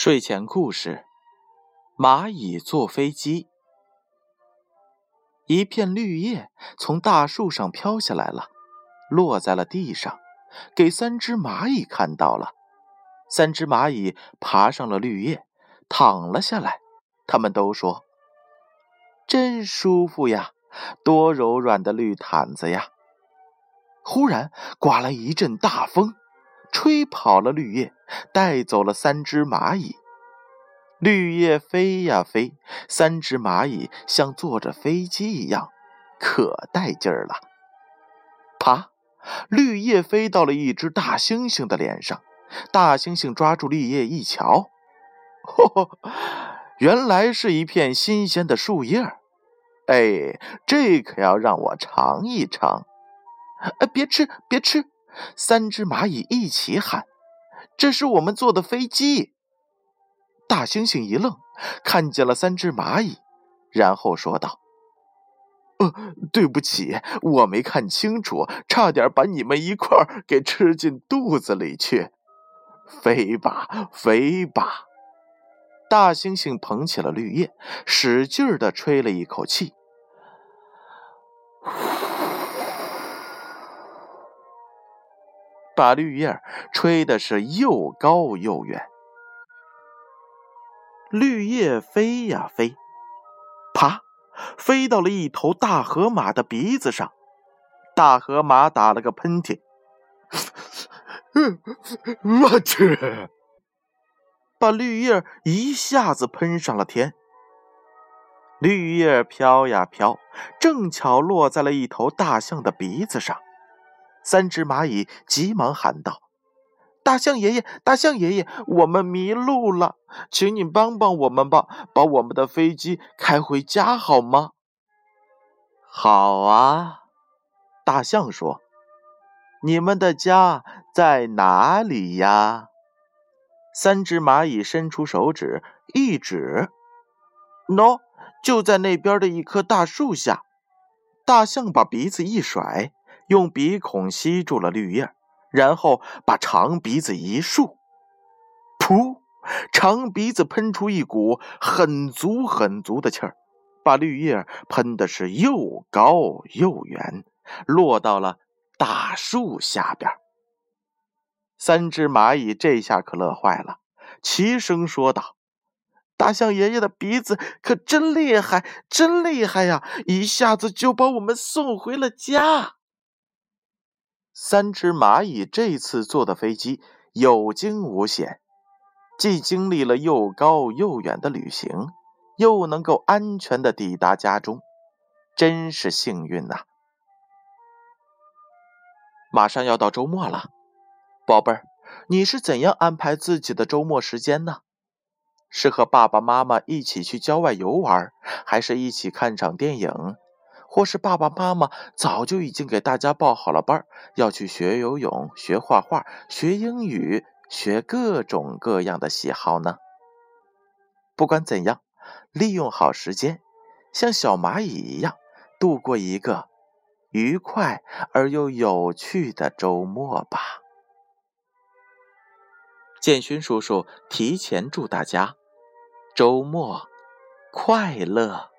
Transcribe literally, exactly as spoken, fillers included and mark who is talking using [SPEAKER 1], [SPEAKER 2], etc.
[SPEAKER 1] 睡前故事：蚂蚁坐飞机。一片绿叶从大树上飘下来了，落在了地上，给三只蚂蚁看到了。三只蚂蚁爬上了绿叶，躺了下来。他们都说：真舒服呀，多柔软的绿毯子呀。忽然刮来一阵大风，吹跑了绿叶，带走了三只蚂蚁。绿叶飞呀飞，三只蚂蚁像坐着飞机一样，可带劲儿了。啪！绿叶飞到了一只大猩猩的脸上，大猩猩抓住绿叶一瞧，呵呵，原来是一片新鲜的树叶。哎，这可要让我尝一尝。呃，别吃，别吃！三只蚂蚁一起喊：这是我们坐的飞机。大猩猩一愣，看见了三只蚂蚁，然后说道：呃，对不起，我没看清楚，差点把你们一块儿给吃进肚子里去。飞吧，飞吧！大猩猩捧起了绿叶，使劲地吹了一口气，把绿叶吹的是又高又远。绿叶飞呀飞，啪，飞到了一头大河马的鼻子上。大河马打了个喷嚏，我去！把绿叶一下子喷上了天。绿叶飘呀飘，正巧落在了一头大象的鼻子上。三只蚂蚁急忙喊道：大象爷爷，大象爷爷，我们迷路了，请你帮帮我们吧，把我们的飞机开回家好吗？好啊，大象说，你们的家在哪里呀？三只蚂蚁伸出手指一指，喏，就在那边的一棵大树下。大象把鼻子一甩，用鼻孔吸住了绿叶，然后把长鼻子一竖，噗！长鼻子喷出一股很足很足的气儿，把绿叶喷的是又高又远，落到了大树下边。三只蚂蚁这下可乐坏了，齐声说道：大象爷爷的鼻子可真厉害，真厉害呀！一下子就把我们送回了家。三只蚂蚁这次坐的飞机有惊无险，既经历了又高又远的旅行，又能够安全地抵达家中，真是幸运呐！马上要到周末了，宝贝儿，你是怎样安排自己的周末时间呢？是和爸爸妈妈一起去郊外游玩，还是一起看场电影？或是爸爸妈妈早就已经给大家报好了班，要去学游泳、学画画、学英语、学各种各样的喜好呢？不管怎样，利用好时间，像小蚂蚁一样度过一个愉快而又有趣的周末吧。建勋叔叔提前祝大家周末快乐。